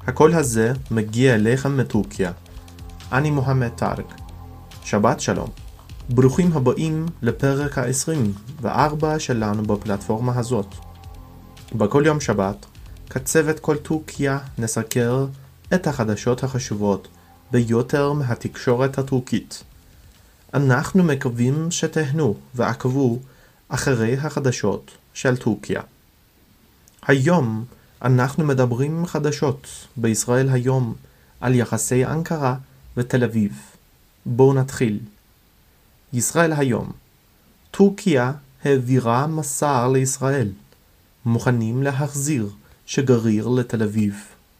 הקול הזה מגיע אליכם מטורקיה. אני מוחמד טארק. שבת שלום. ברוכים הבאים לפרק ה-24 שלנו בפלטפורמה הזאת. בכל יום שבת, כצוות כל טורקיה נסקר את החדשות החשובות ביותר מהתקשורת הטורקית. אנחנו מקווים שתהנו ועקבו אחרי החדשות של טורקיה. היום אנחנו מדברים חדשות בישראל היום על יחסי אנקרה ותל אביב. בואו נתחיל. ישראל היום. טורקיה העבירה מסר לישראל. מוכנים להחזיר שגריר לתל אביב.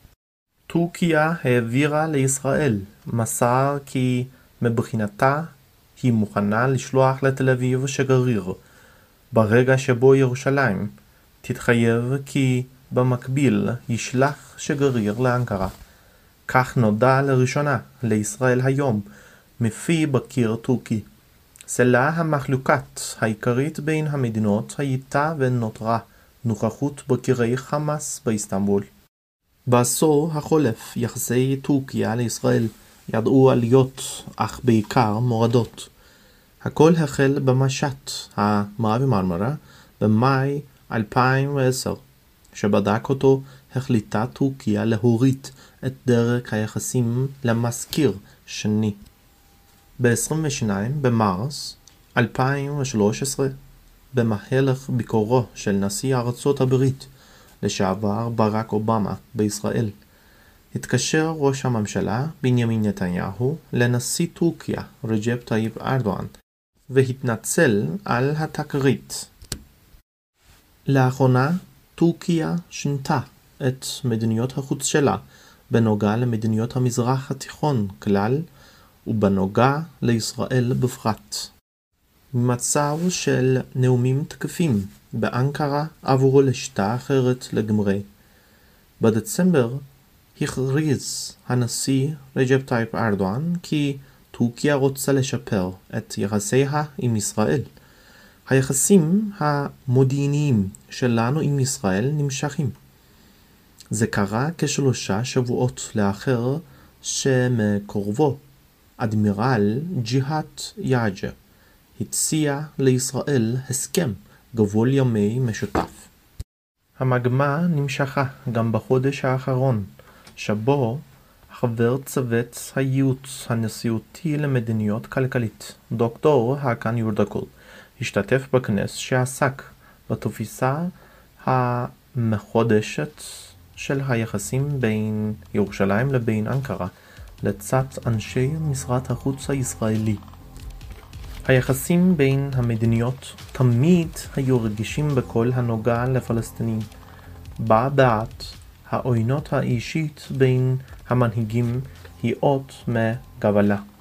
טורקיה העבירה לישראל מסר כי מבחינתה היא מוכנה לשלוח לתל אביב שגריר ברגע שבו ירושלים תתחייב כי במקביל ישלח שגריר לאנקרה. כך נודע לראשונה לישראל היום מפי בקיר טורקי. סלע המחלוקת העיקרית בין המדינות הייתה ונותרה נוכחות בקירי חמאס באיסטנבול. בעשור החולף יחסי טורקיה לישראל ידעו עליות אך בעיקר מורדות. הכל החל במשט המערבי מרמרה במאי 2010, שבדק אותו החליטה טורקיה להוריד את דרג היחסים למזכיר שני. ב-22 במרס 2013, במהלך ביקורו של נשיא ארצות הברית לשעבר ברק אובמה בישראל, התקשר ראש הממשלה בנימין נתניהו לנשיא טורקיה רג'פ טאיפ ארדואן והתנצל על התקרית. לאחרונה טורקיה שינתה את מדיניות החוץ שלה בנוגע למדיניות המזרח התיכון כלל ובנוגע לישראל בפרט. מצב של נאומים תקפים באנקרה עברו לשיטה אחרת לגמרי. בדצמבר הכריז הנשיא רג'פ טאיפ ארדואן כי טורקיה רוצה לשפר את יחסיה עם ישראל. היחסים המודיעיניים שלנו עם ישראל נמשכים. זה קרה כ3 שבועות לאחר שמקורבו, אדמירל ג'יהאד יאג'ה, הציע לישראל הסכם גבול ימי משותף. המגמה נמשכה גם בחודש האחרון, שבו חבר צוות הייעוץ הנשיאותי למדיניות כלכלית, דוקטור האקן יורדקול, השתתף בכנס שעסק בתפיסה המחודשת של היחסים בין ירושלים לבין אנקרה לצד אנשי משרד החוץ הישראלי. היחסים בין המדינות תמיד היו רגישים בכל הנוגע לפלסטינים. בעד העוינות האישית בין המנהיגים היא אות מגבלה.